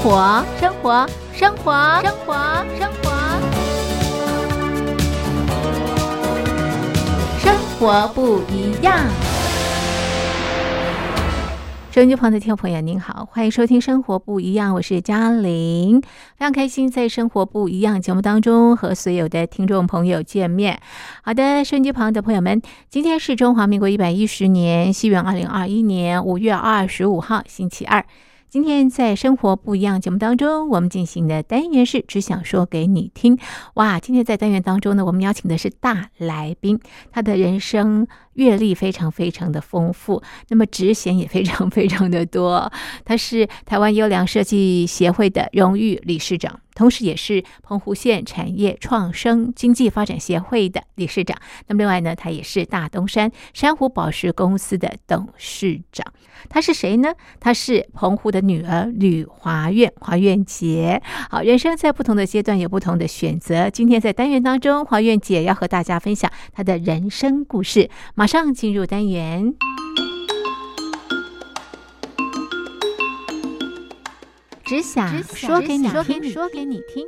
活，生活，生活，生活，生活，生活不一样。收音机旁的听众朋友您好，欢迎收听生活不一样，我是嘉玲，非常开心在生活不一样节目当中和所有的听众朋友见面。好的，收音机旁的朋友们，今天是中华民国110年西元2021年5月25号星期二。今天在生活不一样节目当中，我们进行的单元是只想说给你听。哇，今天在单元当中呢，我们邀请的是大来宾，他的人生阅历非常非常的丰富，那么职衔也非常非常的多。他是台湾优良设计协会的荣誉理事长，同时也是澎湖县产业创生经济发展协会的理事长。那么另外呢，他也是大东山珊瑚宝石公司的董事长。他是谁呢？他是澎湖的女儿吕华苑，华苑姐。好，人生在不同的阶段有不同的选择。今天在单元当中，华苑姐要和大家分享她的人生故事。马上进入单元。只想说给你听，说给你听。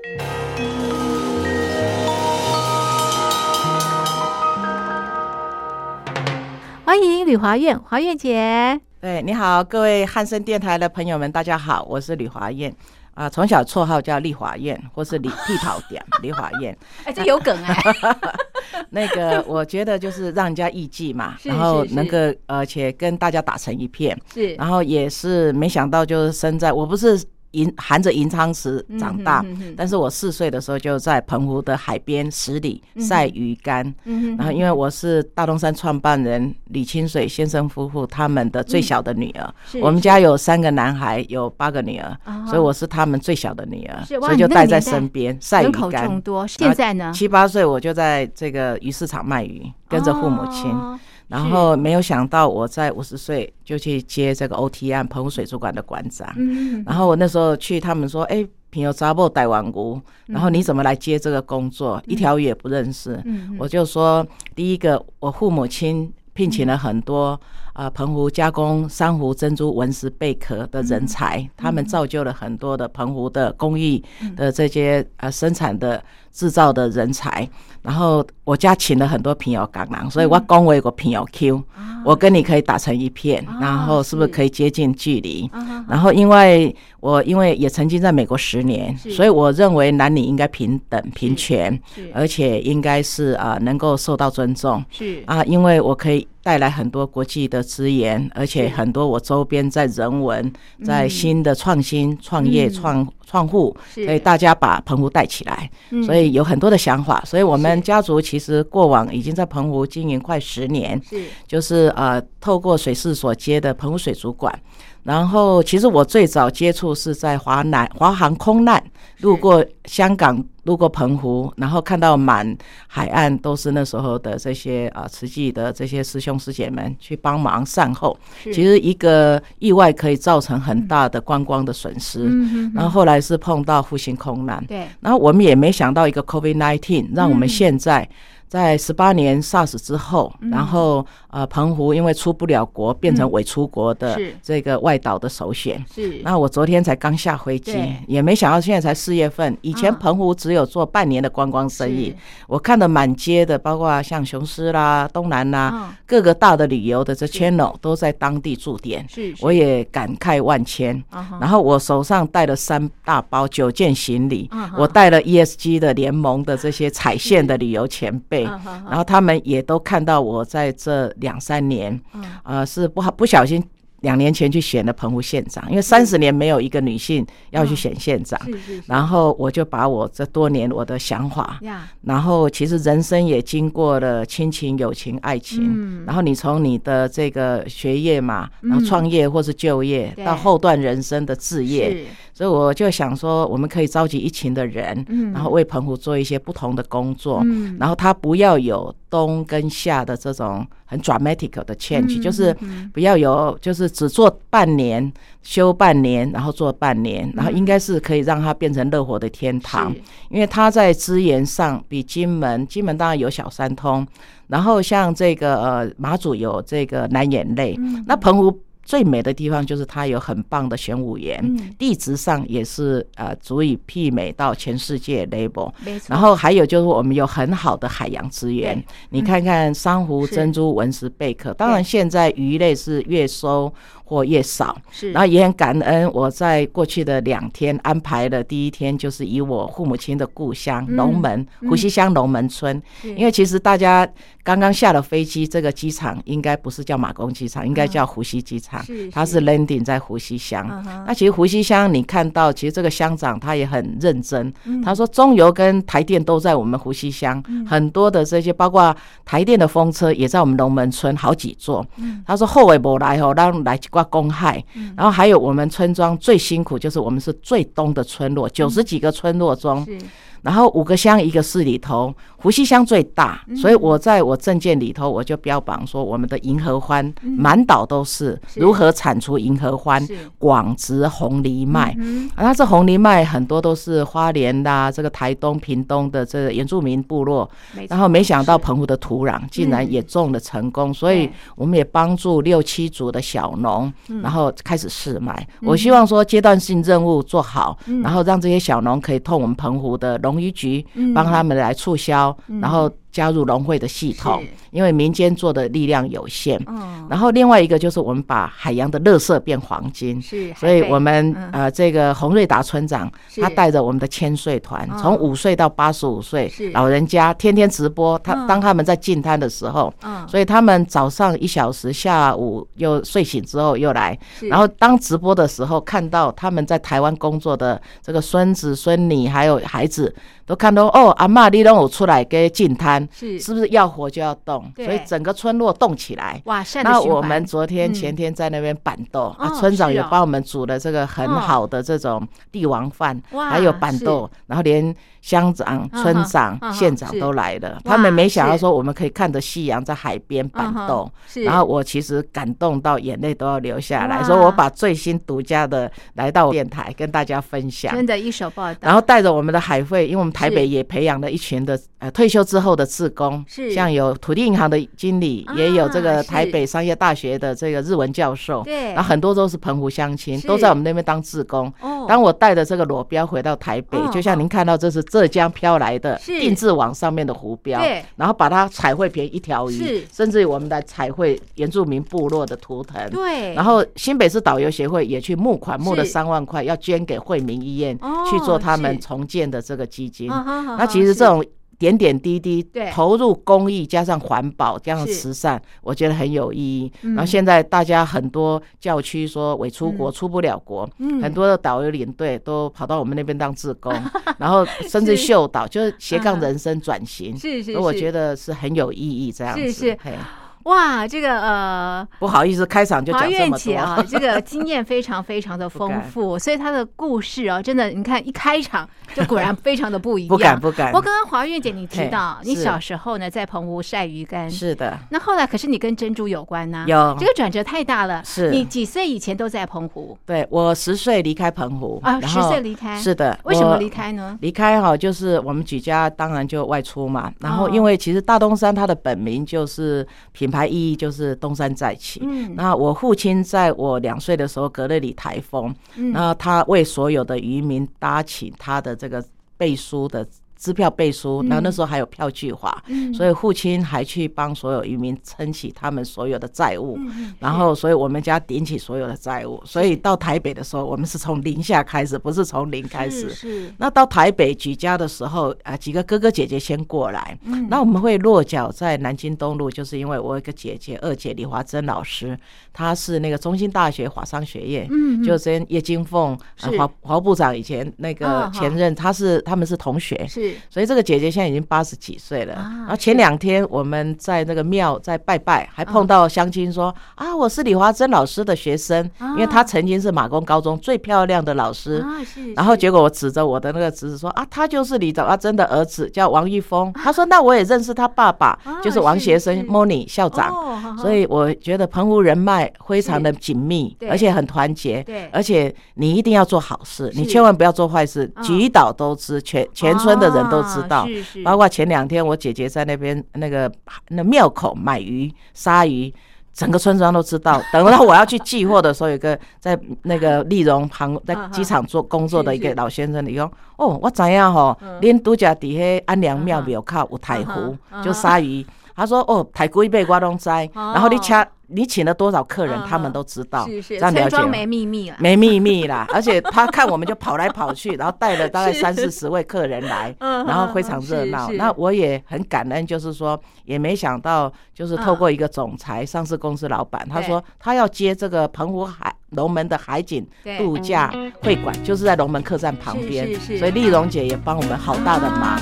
欢迎吕华苑，华苑姐。 对，你好，各位汉声电台的朋友们，大家好，我是吕华苑。从小绰号叫丽华苑，或是屁桃点丽华苑。 这有梗哎。 那个，我觉得就是让人家艺伎嘛，然后能够而且跟大家打成一片。是，然后也是没想到就是生在我不是含着银汤匙长大，但是我4岁的时候就在澎湖的海边10里晒鱼竿。然后因为我是大东山创办人李清水先生夫妇他们的最小的女儿，我们家有3个男孩，有8个女儿，所以我是他们最小的女儿，所以就带在身边晒鱼竿。 人口众多，现在呢 7、8岁我就在这个鱼市场卖鱼，跟着父母亲。然后没有想到我在50岁就去接这个 OT 案澎湖水族馆的馆长。然后我那时候去，他们说平有查某台湾鱼，然后你怎么来接这个工作？一条鱼也不认识。我就说，第一个我父母亲聘请了很多澎湖加工珊瑚珍珠纹石贝壳的人才，他们造就了很多的澎湖的工艺的这些生产的制造的人才。然后我家请了很多朋友港人，所以我讲我有个朋友 Q， 我跟你可以打成一片，然后是不是可以接近距离？然后因为也曾经在美国10年，所以我认为男女应该平等平权，而且应该是能够受到尊重。因为我可以带来很多国际的资源，而且很多我周边在人文、在新的创新、创业、创户，所以大家把澎湖带起来，所以有很多的想法。所以我们家族其实过往已经在澎湖经营快10年，就是透过水事所接的澎湖水族馆。然后其实我最早接触是在华航空难，路过香港，路过澎湖，然后看到满海岸都是那时候的这些慈济的这些师兄师姐们去帮忙善后。其实一个意外可以造成很大的观光的损失。然后后来是碰到复兴空难，对，然后我们也没想到一个 COVID-19 让我们现在在18年 SARS 之后，然后澎湖因为出不了国，变成伪出国的这个外岛的首选。那我昨天才刚下飞机，也没想到现在才4月份。以前澎湖只有做半年的观光生意，我看到满街的，包括像雄狮啦、东南啦，各个大的旅游的这 channel 都在当地驻点，我也感慨万千。然后我手上带了3大包9件行李，我带了 ESG 的联盟的这些踩线的旅游前辈。然后他们也都看到我在这2-3年，是不小心2年前去选了澎湖县长，因为30年没有一个女性要去选县长，然后我就把我这多年我的想法，然后其实人生也经过了亲情、友情、爱情，然后你从你的这个学业嘛，然后创业或是就业，到后段人生的置业，所以我就想说，我们可以召集一群的人，然后为澎湖做一些不同的工作，然后他不要有冬跟夏的这种很 dramatic 的 change，就是不要有就是只做半年休半年然后做半年，然后应该是可以让它变成乐活的天堂。因为它在资源上比金门当然有小三通，然后像这个马祖有这个南眼泪，那澎湖最美的地方就是它有很棒的玄武岩，地质上也是足以媲美到全世界 level。然后还有就是我们有很好的海洋资源，你看看珊瑚、珍珠、文石、贝壳，当然现在鱼类是越收或越少，然后也很感恩我在过去的2天安排了第一天就是以我父母亲的故乡龙门湖西乡龙门村，因为其实大家刚刚下了飞机，这个机场应该不是叫马公机场，应该叫湖西机场，它是 landing 在湖西乡。那其实湖西乡你看到其实这个乡长他也很认真，他说中油跟台电都在我们湖西乡，很多的这些包括台电的风车也在我们龙门村好几座，他说后尾没来让来挂公害，然后还有我们村庄最辛苦就是我们是最东的村落，90几个村落中，然后5个乡1个市里头，湖西乡最大，所以我在我政见里头我就标榜说我们的银合欢满岛都是如何产出银合欢广植红藜麦，那这红藜麦很多都是花莲啦、这个台东屏东的这个原住民部落，然后没想到澎湖的土壤竟然也种了成功，所以我们也帮助6、7组的小农然后开始试卖。我希望说阶段性任务做好，然后让这些小农可以透我们澎湖的农渔局帮他们来促销，然后加入农会的系统，因为民间做的力量有限。然后另外一个就是我们把海洋的垃圾变黄金，所以我们这个洪瑞达村长他带着我们的1000岁团，从5岁到85岁老人家天天直播，当他们在进滩的时候，所以他们早上1小时，下午又睡醒之后又来，然后当直播的时候看到他们在台湾工作的这个孙子孙女还有孩子都看到阿嬷你都有出来给进滩，是不是要活就要动，所以整个村落动起来。哇，那我们昨天前天在那边板豆，村长也帮我们煮了这个很好的这种帝王饭，还有板豆，然后连乡长、村长、县长都来了，他们没想到说我们可以看着夕阳在海边板豆，然后我其实感动到眼泪都要流下来，所以我把最新独家的来到电台跟大家分享， 真的一手报道， 然后带着我们的海会，因为我们台北也培养了一群的退休之后的志工，像有土地银行的经理，也有这个台北商业大学的这个日文教授，然后很多都是澎湖乡亲，都在我们那边当志工。当我带着这个裸标回到台北，就像您看到这是浙江飘来的定制网上面的湖标，然后把它彩绘成一条鱼，甚至于我们来彩绘原住民部落的图腾。然后新北市导游协会也去募款，募了3万块，要捐给惠民医院去做他们重建的这个基金。那其实这种点点滴滴投入公益加上环保加上慈善，我觉得很有意义。然后现在大家很多教区说伪出国出不了国，很多的导游领队都跑到我们那边当志工，然后甚至秀导就是斜杠人生转型，所以我觉得是很有意义这样子。 哇，这个不好意思，开场就讲这么多。 华苑姐啊，这个经验非常非常的丰富，所以她的故事啊，真的，你看一开场就果然非常的不一样。 不敢。 我刚刚华苑姐你提到，你小时候呢在澎湖晒鱼竿， 是的。 那后来可是你跟珍珠有关呢？ 有， 这个转折太大了。 是你几岁以前都在澎湖？ 对，我10岁离开澎湖啊，10岁离开。 是的。 为什么离开呢？ 离开就是我们举家当然就外出嘛，然后因为其实大东山它的本名就是品牌意义就是东山再起。那我父亲在我2岁的时候隔了里台风，然后他为所有的渔民搭起他的这个背书的支票背书，然后那时候还有票据法，所以父亲还去帮所有渔民撑起他们所有的债务，然后所以我们家顶起所有的债务，所以到台北的时候我们是从零下开始，不是从零开始。那到台北举家的时候几个哥哥姐姐先过来，那我们会落脚在南京东路，就是因为我有一个姐姐二姐李华珍老师，她是那个中兴大学华商学院，就跟叶金凤华部长以前那个前任他们是同学，所以这个姐姐现在已经80几岁了。然后前2天我们在那个庙在拜拜，还碰到乡亲说我是李华珍老师的学生，因为她曾经是马公高中最漂亮的老师。然后结果我指着我的那个侄子说他就是李华珍的儿子，叫王玉峰。他说那我也认识他爸爸，就是王学生 Moni 校长。所以我觉得澎湖人脉非常的紧密，而且很团结，而且你一定要做好事，你千万不要做坏事。举岛都知，全村的人都知道，包括前2天我姐姐在那边那庙口买鱼杀鱼， 整个村庄都知道。等到我要去寄货的时候，有个在那个立荣旁在机场工作的一个老先生，你说哦，我知道吼，恁拄则伫迄安良庙庙口有台湖，就鲨鱼。他说哦，台龟背我都知，然后你请了多少客人，他们都知道， 是这样了解。 村庄没秘密啦， 没秘密啦，而且他看我们就跑来跑去，然后带了大概30-40位客人来，然后非常热闹。那我也很感恩，就是说也没想到，就是透过一个总裁、上市公司老板，他说他要接这个澎湖龙门的海景度假会馆，就是在龙门客栈旁边，所以丽蓉姐也帮我们好大的忙。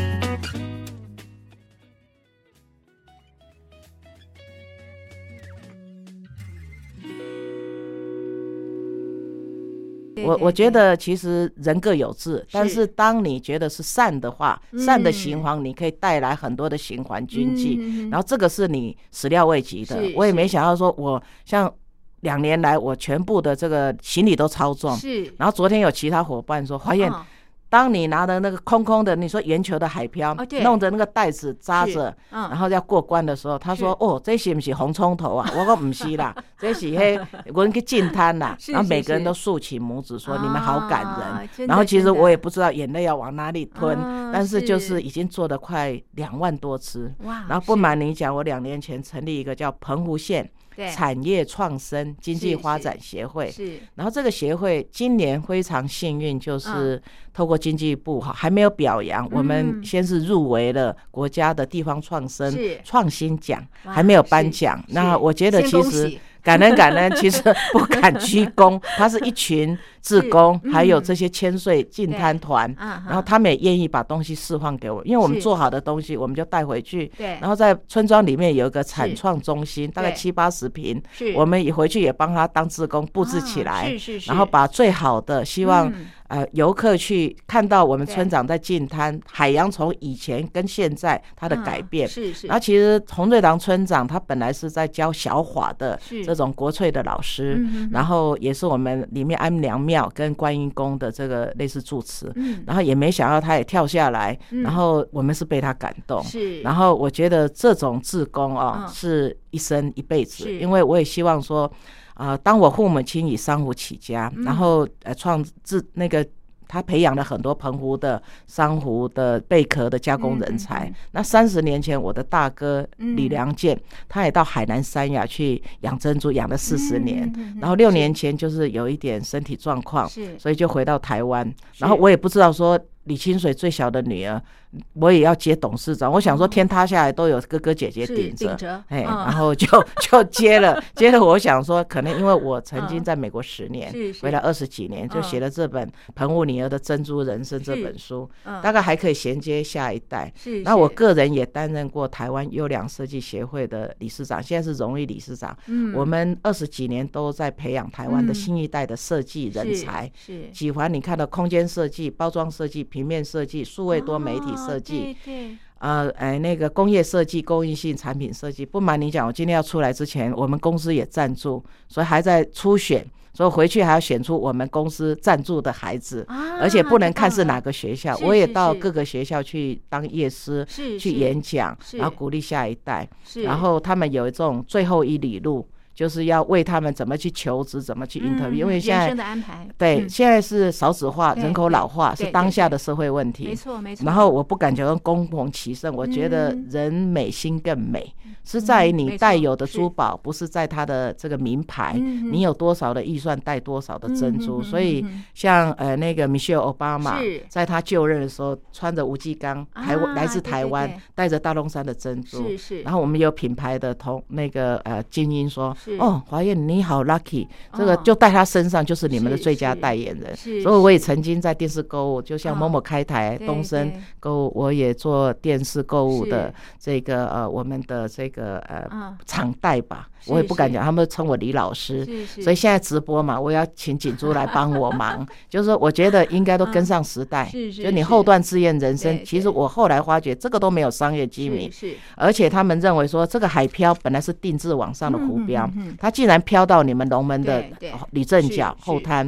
我觉得其实人各有志，但是当你觉得是善的话，善的循环你可以带来很多的循环经济，然后这个是你始料未及的。我也没想到说我像2年来我全部的这个行李都超重，然后昨天有其他伙伴说华燕，当你拿的那个空空的，你说圆球的海漂，弄着那个袋子扎着，然后要过关的时候，他说：“哦，这是不是红葱头啊？”我说：“不是啦，这是我们去进摊啦。”然后每个人都竖起拇指说：“你们好感人。”然后其实我也不知道眼泪要往哪里吞，但是就是已经做了快2万多只。然后不瞒你讲，我2年前成立一个叫澎湖县产业创生经济发展协会，然后这个协会今年非常幸运，就是透过经济部还没有表扬，我们先是入围了国家的地方创生创新奖，还没有颁奖。那我觉得其实感恩，其实不敢鞠躬，他是一群志工，还有这些千岁进摊团，然后他们也愿意把东西释放给我，因为我们做好的东西我们就带回去，然后在村庄里面有一个产创中心，大概70-80坪，我们也回去也帮他当志工布置起来，然后把最好的希望游客去看到我们村长在进摊，海洋从以前跟现在他的改变，然后其实洪瑞堂村长他本来是在教小法的这种国粹的老师，然后也是我们里面安良庙跟观音宫的这个类似住持，然后也没想到他也跳下来，然后我们是被他感动，然后我觉得这种志工是一生一辈子，因为我也希望说当我父母亲以珊瑚起家，然后那个他培养了很多澎湖的珊瑚的贝壳的加工人才。那30年前我的大哥李良健，他也到海南三亚去养珍珠，养了40年，然后6年前就是有一点身体状况，所以就回到台湾，然后我也不知道说李清水最小的女儿我也要接董事长，我想说天塌下来都有哥哥姐姐顶着，然后就接了，我想说可能因为我曾经在美国10年，回来20几年，就写了这本《澎湖女儿的珍珠人生》这本书，大概还可以衔接下一代。那我个人也担任过台湾优良设计协会的理事长，现在是荣誉理事长。我们20几年都在培养台湾的新一代的设计人才，几环你看到空间设计、包装设计、平面设计、数位多媒体设计，那个工业设计、公益性产品设计。不瞒你讲，我今天要出来之前，我们公司也赞助，所以还在初选，所以回去还要选出我们公司赞助的孩子，而且不能看是哪个学校，我也到各个学校去当业师，去演讲，然后鼓励下一代，然后他们有这种最后一里路，就是要为他们怎么去求职，怎么去 interview，因为现在的安排， 对，现在是少子化、人口老化是当下的社会问题， 没错。 然后我不敢讲公共其盛，我觉得人美心更美，是在于你带有的珠宝，不是在它的这个名牌，你有多少的预算带多少的珍珠。所以像那个 Michelle Obama 在他就任的时候，穿着无极钢，来自台湾，带着大龙山的珍珠，然后我们有品牌的那个精英说。哦，华燕你好 lucky， 这个就带他身上就是你们的最佳代言人。所以我也曾经在电视购物，就像某某开台、东森购物，我也做电视购物的这个我们的这个场代吧，我也不敢讲，他们称我李老师。所以现在直播嘛，我要请锦珠来帮我忙，就是说我觉得应该都跟上时代，就你后段自验人生。其实我后来发觉这个都没有商业机密，而且他们认为说这个海漂本来是定制网上的浮标，它竟然飘到你们龙门的里正角后滩，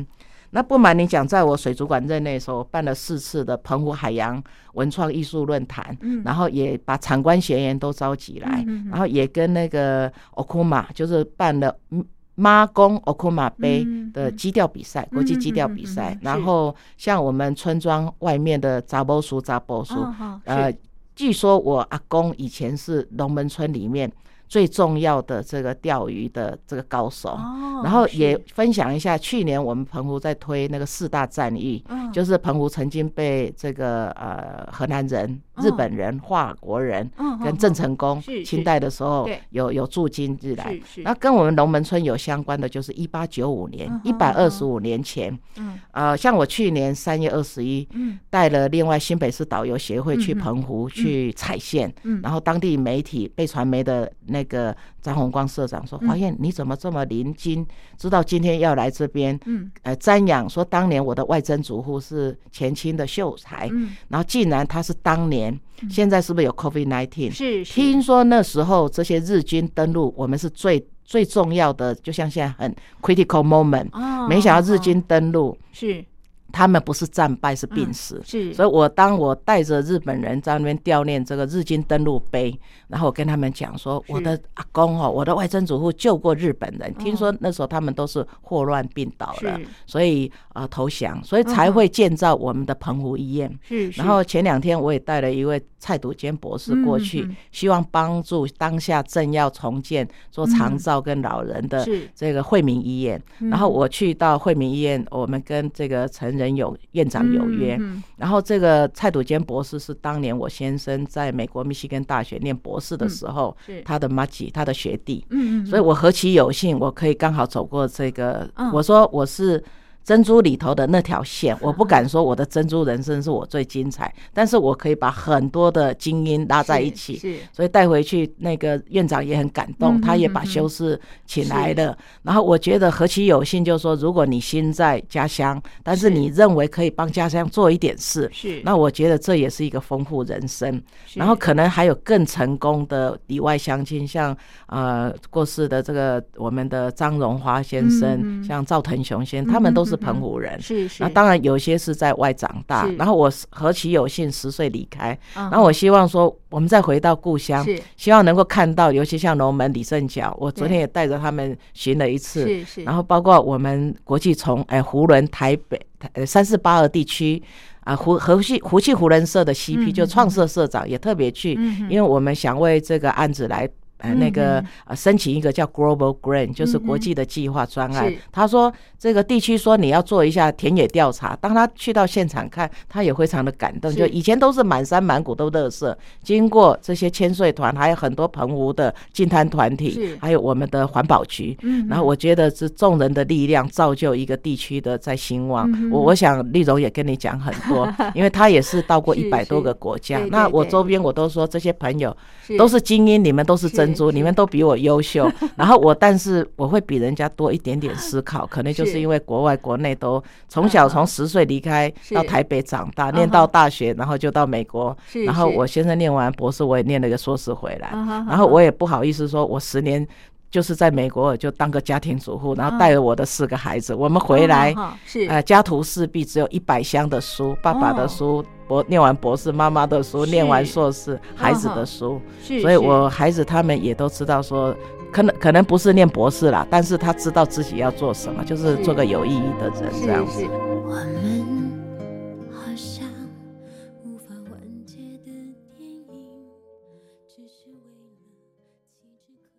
那不瞒你讲，在我水族馆任内的时候，我办了4次的澎湖海洋文创艺术论坛，然后也把产官学研都召集来，然后也跟那个 Okuma 就是办了妈宫 Okuma 杯的基调比赛，国际基调比赛，然后像我们村庄外面的查某叔，据说我阿公以前是龙门村里面最重要的这个钓鱼的这个高手，然后也分享一下，去年我们澎湖在推那个4大战役，就是澎湖曾经被这个荷兰人、日本人、法国人跟郑成功清代的时候有驻京日来，那跟我们龙门村有相关的就是1895年125年前，像我去年3月21带了另外新北市导游协会去澎湖去采线，然后当地媒体被传媒的那个张宏光社长说，华燕你怎么这么临今知道今天要来这边瞻仰，说当年我的外曾祖父是前清的秀才，然后竟然他是当年现在是不是有 COVID-19 是听说那时候这些日军登陆我们是最重要的，就像现在很 critical moment，没想到日军登陆是他们不是战败是病死，所以当我带着日本人在那边悼念这个日军登陆碑，然后我跟他们讲说，我的阿公我的外曾祖父救过日本人，听说那时候他们都是霍乱病倒了，所以投降，所以才会建造我们的澎湖医院。然后前2天我也带了一位蔡笃坚博士过去，希望帮助当下正要重建做长照跟老人的这个惠民医院。然后我去到惠民医院，我们跟这个陈仁勇院长有约，然后这个蔡笃坚博士是当年我先生在美国密西根大学念博士的时候，他的麻吉，他的学弟，所以我何其有幸，我可以刚好走过这个，我说我是珍珠里头的那条线，我不敢说我的珍珠人生是我最精彩，但是我可以把很多的精英拉在一起，所以带回去那个院长也很感动，他也把修士请来了，然后我觉得何其有幸，就是说如果你心在家乡，但是你认为可以帮家乡做一点事，那我觉得这也是一个丰富人生，然后可能还有更成功的里外乡亲，像过世的这个我们的张荣华先生，像赵腾雄先生，他们都是澎湖人，那当然有些是在外长大，然后我何其有幸10岁离开，然后我希望说我们再回到故乡，希望能够看到，尤其像龙门李正角，我昨天也带着他们巡了一次，然后包括我们国际从湖伦台北3482地区湖气湖人社的 CP 就创社社长也特别去，因为我们想为这个案子来那个申请一个叫 Global Grant， 就是国际的计划专案。他说这个地区说你要做一下田野调查，当他去到现场看，他也非常的感动。就以前都是满山满谷都垃圾，经过这些千岁团，还有很多澎湖的净滩团体，还有我们的环保局，然后我觉得是众人的力量造就一个地区的在兴旺。我想丽蓉也跟你讲很多，因为他也是到过100多个国家。那我周边我都说这些朋友都是精英，你们都是珍珠，你们都比我优秀，然后但是我会比人家多一点点思考，可能就是因为国外国内都从小从10岁离开到台北长大，念到大学，然后就到美国，然后我先生念完博士，我也念了个硕士回来，然后我也不好意思说我10年就是在美国就当个家庭主妇，然后带着我的4个孩子，我们回来家徒四壁，只有100箱的书，爸爸的书念完博士，妈妈的书念完硕士，孩子的书，所以我孩子他们也都知道说可能不是念博士啦，但是他知道自己要做什么，就是做个有意义的人这样子。我们好像无法完结的电影，只是为了弃之可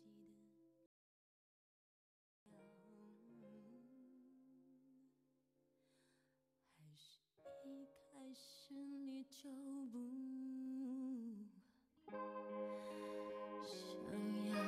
惜的，还是一开始你就不想要。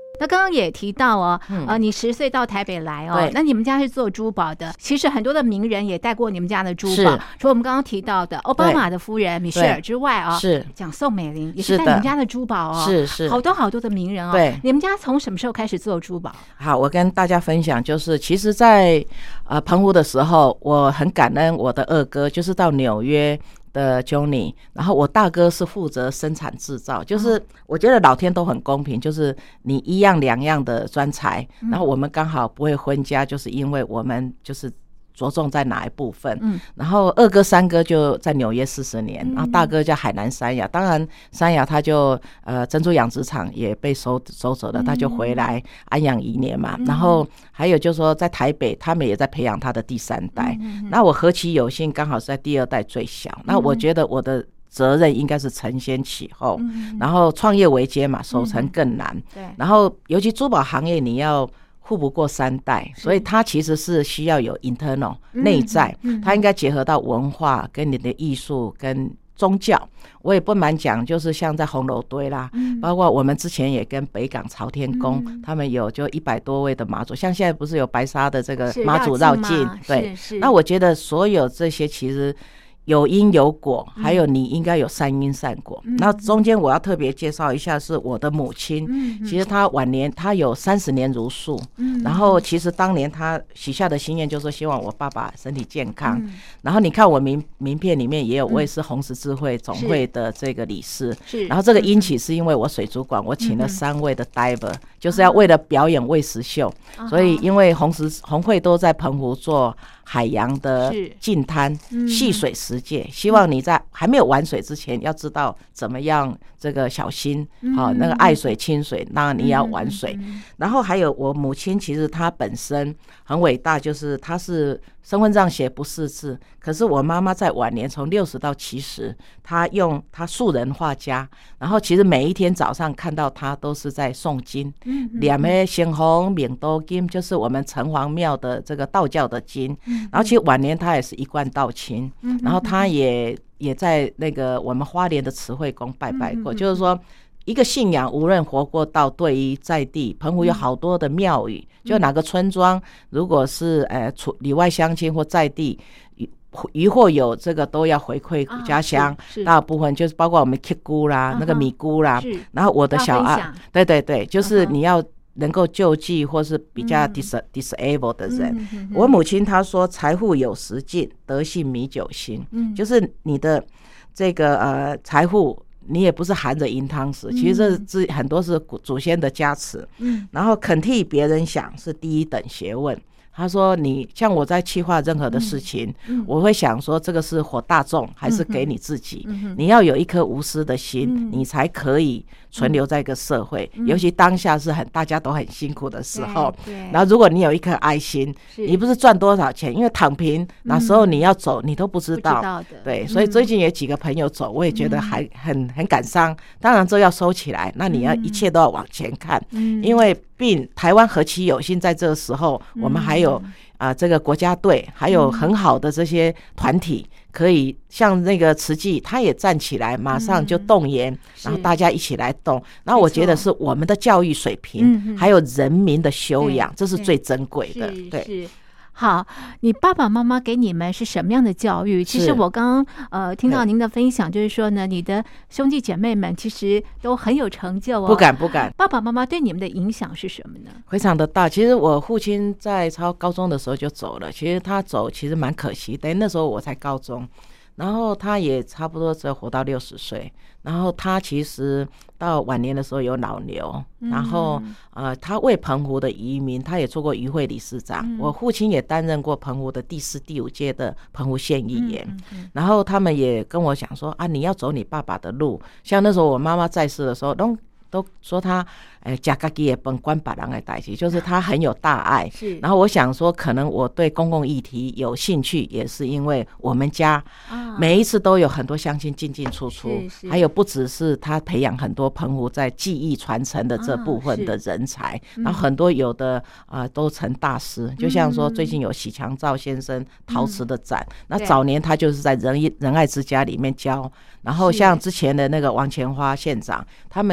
那刚刚也提到哦，你10岁到台北来哦，那你们家是做珠宝的，其实很多的名人也带过你们家的珠宝，除了我们刚刚提到的奥巴马的夫人米歇尔之外啊， 是讲宋美龄也是带你们家的珠宝哦， 是好多好多的名人哦。对，你们家从什么时候开始做珠宝？ 好，我跟大家分享，就是其实在澎湖的时候，我很感恩我的二哥，就是到纽约的 Johnny， 然后我大哥是负责生产制造，就是我觉得老天都很公平，就是你一样两样的专才，然后我们刚好不会分家，就是因为我们就是着重在哪一部分，然后二哥三哥就在纽约40年，然后大哥叫海南三亚，当然三亚他就珍珠养殖场也被收走了，他就回来安养1年嘛，然后还有就是说在台北他们也在培养他的第3代，那我何其有幸刚好是在第2代最小，那我觉得我的责任应该是承先启后，然后创业维艰嘛，守成更难，然后尤其珠宝行业你要互不过3代，所以它其实是需要有 internal 内在，它应该结合到文化跟你的艺术跟宗教。我也不瞒讲，就是像在红楼堆啦，包括我们之前也跟北港朝天宫，他们有就100多位的妈祖，像现在不是有白沙的这个妈祖绕境，对，那我觉得所有这些其实有因有果，还有你应该有善因善果。那中间我要特别介绍一下是我的母亲，其实她晚年她有30年如素，然后其实当年她许下的心愿就是希望我爸爸身体健康，然后你看我名片里面也有，我也是红十字会总会的这个理事，然后这个因起是因为我水族馆我请了3位的 diver， 就是要为了表演喂食秀，所以因为红会都在澎湖做海洋的净滩戏水实践，希望你在还没有玩水之前要知道怎么样这个小心，那个爱水亲水，那你也要玩水。然后还有我母亲，其实她本身很伟大，就是她是身份证写不识字，可是我妈妈在晚年从60到70，她用她素人画家，然后其实每一天早上看到她都是在诵经，念的先红免多经，就是我们城隍庙的这个道教的经，然后其实晚年她也是一贯道亲，然后她也在那个我们花莲的慈惠宫拜拜过，就是说一个信仰无论活过到对于在地，澎湖有好多的庙宇，就哪个村庄如果是里外乡亲或在地渔获有这个都要回馈家乡，大部分就是包括我们 K 菇啦，那个米菇啦，然后我的小爱，对对对，就是你要能够救济或是比较 disable 的人。我母亲她说财富有时尽，德性弥久心，就是你的这个财富你也不是含着银汤匙，其实这很多是祖先的加持，然后肯替别人想是第一等学问。他说你像我在企划任何的事情，我会想说这个是活大众还是给你自己，你要有一颗无私的心，你才可以存留在一个社会，尤其当下是大家都很辛苦的时候，然后如果你有一颗爱心，你不是赚多少钱，因为躺平那时候你要走你都不知道，对，所以最近有几个朋友走，我也觉得还很感伤，当然这要收起来，那你要一切都要往前看，因为台湾何其有幸在这个时候我们还有这个国家队，还有很好的这些团体，可以像那个慈济他也站起来马上就动员，然后大家一起来动，然后我觉得是我们的教育水平还有人民的修养，这是最珍贵的。对， 好，你爸爸妈妈给你们是什么样的教育？其实我刚刚听到您的分享，就是说呢，你的兄弟姐妹们其实都很有成就哦。 不敢。 爸爸妈妈对你们的影响是什么呢？ 非常的大。其实我父亲在超高中的时候就走了，其实他走其实蛮可惜的，那时候我才高中。然后他也差不多只有活到60岁，然后他其实到晚年的时候有脑瘤，然后他为澎湖的移民，他也做过渔会理事长，我父亲也担任过澎湖的第4、第5届的澎湖县议员，然后他们也跟我讲说你要走你爸爸的路，像那时候我妈妈在世的时候都说他吃自己的饭管别人的事情，就是他很有大爱。然后我想说可能我对公共议题有兴趣，也是因为我们家每一次都有很多乡亲进出出，还有不只是他培养很多澎湖在技艺传承的这部分的人才，然后很多有的都成大师，就像说最近有许强照先生陶瓷的展，那早年他就是在仁爱之家里面教，然后像之前的那个王前花县长，他们家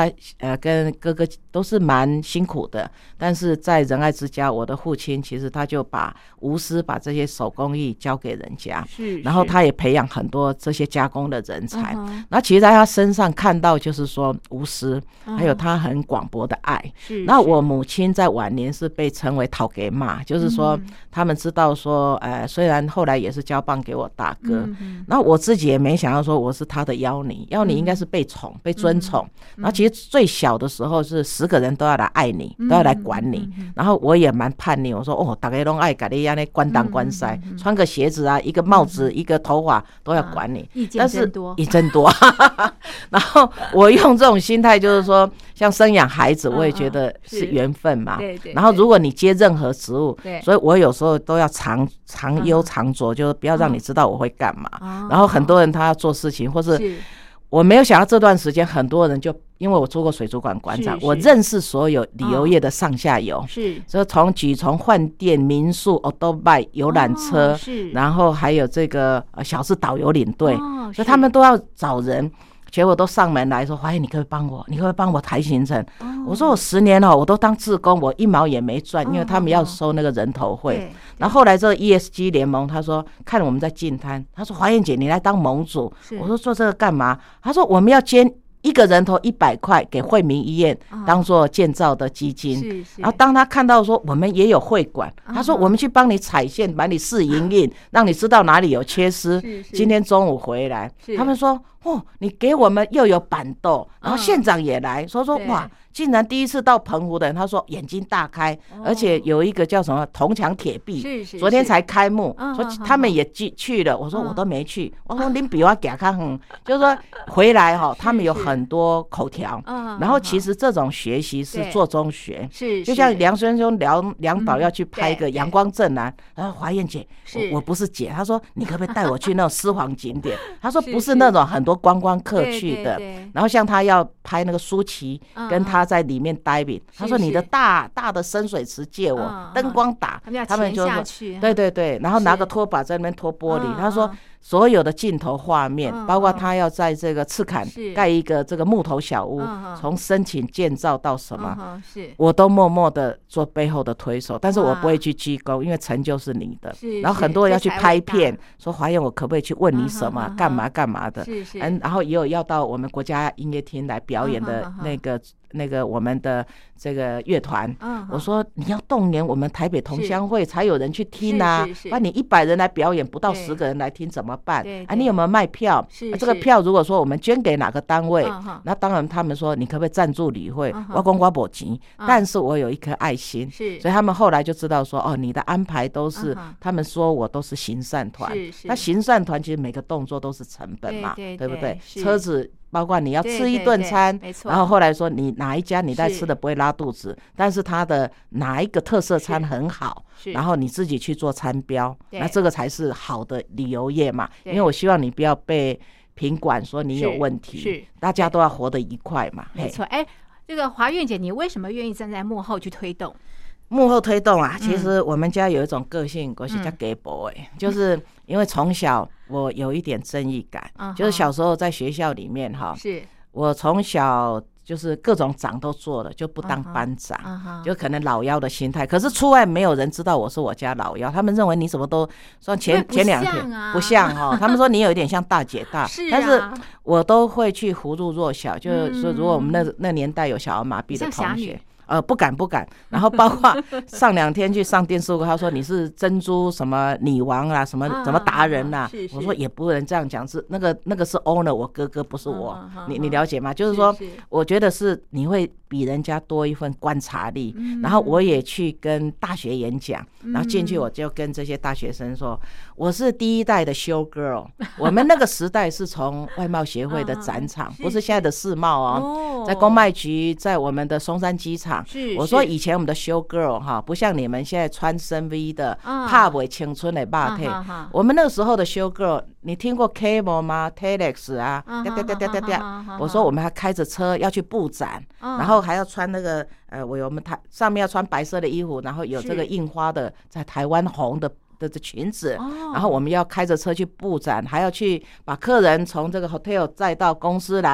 家跟哥哥都是蛮辛苦的，但是在仁爱之家，我的父亲其实他就无私把这些手工艺交给人家，然后他也培养很多这些加工的人才。那其实在他身上看到就是说无私，还有他很广博的爱。那我母亲在晚年是被称为讨给骂，就是说他们知道说虽然后来也是交棒给我大哥，那我自己也没想到说我是他的妖女应该是被宠被尊宠。然后其实最小的时候是10个人都要来爱你，都要来管你，然后我也蛮叛逆，我说大家都爱给你那关当关塞，穿个鞋子啊，一个帽子，一个头发都要管你，但是意见多然后我用这种心态就是说，像生养孩子我也觉得是缘分嘛，然后如果你接任何职务，所以我有时候都要常忧常着，就是不要让你知道我会干嘛。然后很多人他要做事情，或是我没有想到这段时间很多人就因为我做过水族馆馆长，我认识所有旅游业的上下游，所以从饭店、民宿、Otobai 游览车，然后还有这个小事导游领队，所以他们都要找人。结果都上门来说，华燕，你可不可以帮我？你可不可以帮我排行程？我说我10年我都当志工，我1毛也没赚，因为他们要收那个人头费。然后后来这个 ESG 联盟，他说看我们在进摊，他说华燕姐，你来当盟主。我说做这个干嘛？他说我们要捐1个人头100块给惠民医院当做建造的基金。然后当他看到说我们也有会馆，他说我们去帮你踩线，把你试营运，让你知道哪里有缺失。今天中午回来，他们说你给我们又有板豆，然后县长也来说哇，竟然第一次到澎湖的人，他说眼睛大开，而且有一个叫什么铜墙铁壁，昨天才开幕，说他们也去了。我说我都没去，我说您比我给他就是说回来他们有很多口条，然后其实这种学习是做中学，就像梁孙兄梁导要去拍一个阳光正南，然后华燕姐，我不是姐，他说你可不可以带我去那种私房景点？他说不是那种很多观光客去的，然后像他要拍那个舒淇跟他在里面 diving， 他说你的大的深水池借我，灯光打，他们就说对，然后拿个拖把在那边拖玻璃，他说所有的镜头画面，包括他要在这个赤坎盖一个这个木头小屋，从申请建造到什么，我都默默的做背后的推手，但是我不会去鞠躬，因为成就是你的。然后很多人要去拍片，说华燕我可不可以去问你什么干嘛的，然后也有要到我们国家音乐厅来表演的那个我们的这个乐团，我说你要动员我们台北同乡会才有人去听啊，不然你100人来表演，不到10个人来听怎么办？你有没有卖票？这个票如果说我们捐给哪个单位，那当然他们说你可不可以赞助旅会？我说我没钱，但是我有一颗爱心，所以他们后来就知道说你的安排都是，他们说我都是行善团，那行善团其实每个动作都是成本嘛，对不对？车子包括你要吃一顿餐，然后后来说你哪一家你在吃的不会拉肚子，但是它的哪一个特色餐很好，然后你自己去做餐标，那这个才是好的旅游业嘛。因为我希望你不要被品管说你有问题，大家都要活得愉快嘛。 没错，这个华燕姐，你为什么愿意站在幕后去推动？ 幕后推动啊，其实我们家有一种个性，我是叫给博就是因为从小我有一点正义感，就是小时候在学校里面我从小就是各种长都做了，就不当班长，就可能老幺的心态。可是出外没有人知道我是我家老幺，他们认为你什么都说前2天不像他们说你有一点像大姐大，但是我都会去扶助弱小，就是说如果我们那年代有小儿麻痹的同学。不敢，然后包括上2天去上电视课，他说你是珍珠什么女王啊，什么达人啊，我说也不能这样讲，是那个是 owner， 我哥哥不是我，你了解吗？就是说，我觉得是你会比人家多一份观察力，然后我也去跟大学演讲，然后进去我就跟这些大学生说，我是第1代的 show girl， 我们那个时代是从外贸协会的展场，不是现在的世贸在公卖局，在我们的松山机场。我说以前我们的 show girl 不像你们现在穿深 V 的怕不青春的霸体，我们那个时候的 show girl， 你听过 Cable 吗 ？Telex 啊，我说我们还开着车要去布展，然后还要穿那个我们上面要穿白色的衣服，然后有这个印花的在台湾红的裙子，然后我们要开着车去布展，还要去把客人从这个 hotel 载到公司来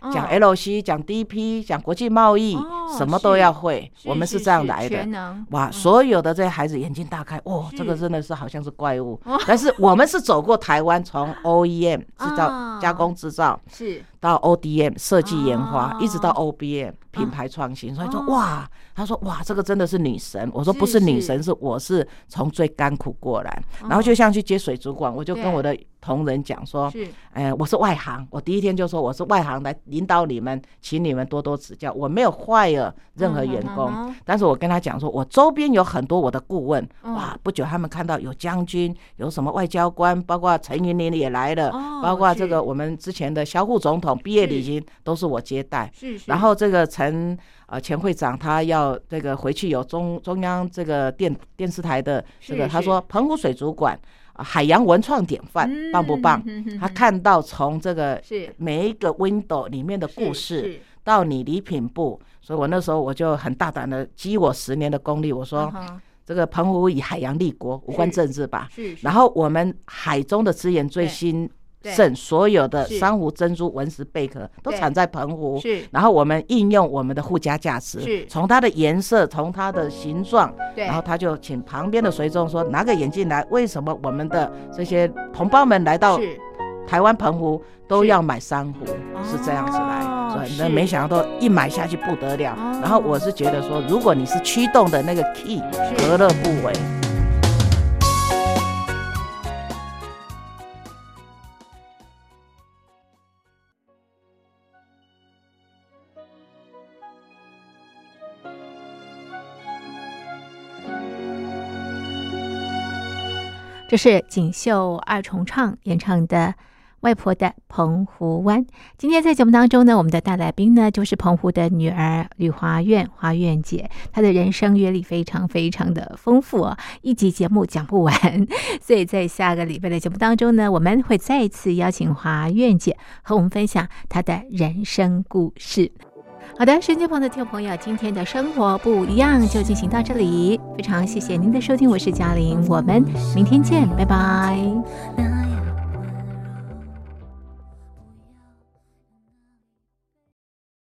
讲 LC， 讲 DP， 讲国际贸易，什么都要会。我们是这样来的， 全能。 哇，所有的这些孩子眼睛大开，哇，这个真的是好像是怪物。但是我们是走过台湾，从 OEM 制造、加工制造， 是到 ODM 设计研发，一直到 OBM 品牌创新。所以说哇，他说哇，这个真的是女神。我说不是女神，是我是从最甘苦过来。然后就像去接水族馆，我就跟我的同仁讲说，我是外行，我第一天就说我是外行来领导你们，请你们多多指教。我没有坏了任何员工，但是我跟他讲说，我周边有很多我的顾问，哇，不久他们看到有将军，有什么外交官，包括陈云林也来了，包括这个我们之前的萧副总统毕业礼金都是我接待。然后这个前会长他要这个回去有中央这个电视台的这个，他说澎湖水族馆海洋文创典范，棒不棒？他看到从这个每一个 window 里面的故事到你礼品部，所以我那时候我就很大胆的积我10年的功力，我说这个澎湖以海洋立国，无关政治吧。然后我们海中的资源最新盛，所有的珊瑚、珍珠、文石、贝壳都产在澎湖。然后我们应用我们的附加价值，从它的颜色，从它的形状，然后他就请旁边的随众说拿个眼镜来，为什么我们的这些同胞们来到台湾澎湖都要买珊瑚？是这样子来。那没想到一买下去不得了。然后我是觉得说，如果你是驱动的那个 key， 何乐不为？ 这是锦绣二重唱演唱的外婆的澎湖湾。今天在节目当中呢，我们的大来宾呢就是澎湖的女儿吕华苑，华苑姐。她的人生阅历非常非常的丰富哦，一集节目讲不完。所以在下个礼拜的节目当中呢，我们会再次邀请华苑姐和我们分享她的人生故事。好的，收音机旁的听众朋友，今天的生活不一样就进行到这里，非常谢谢您的收听，我是嘉玲，我们明天见，拜拜。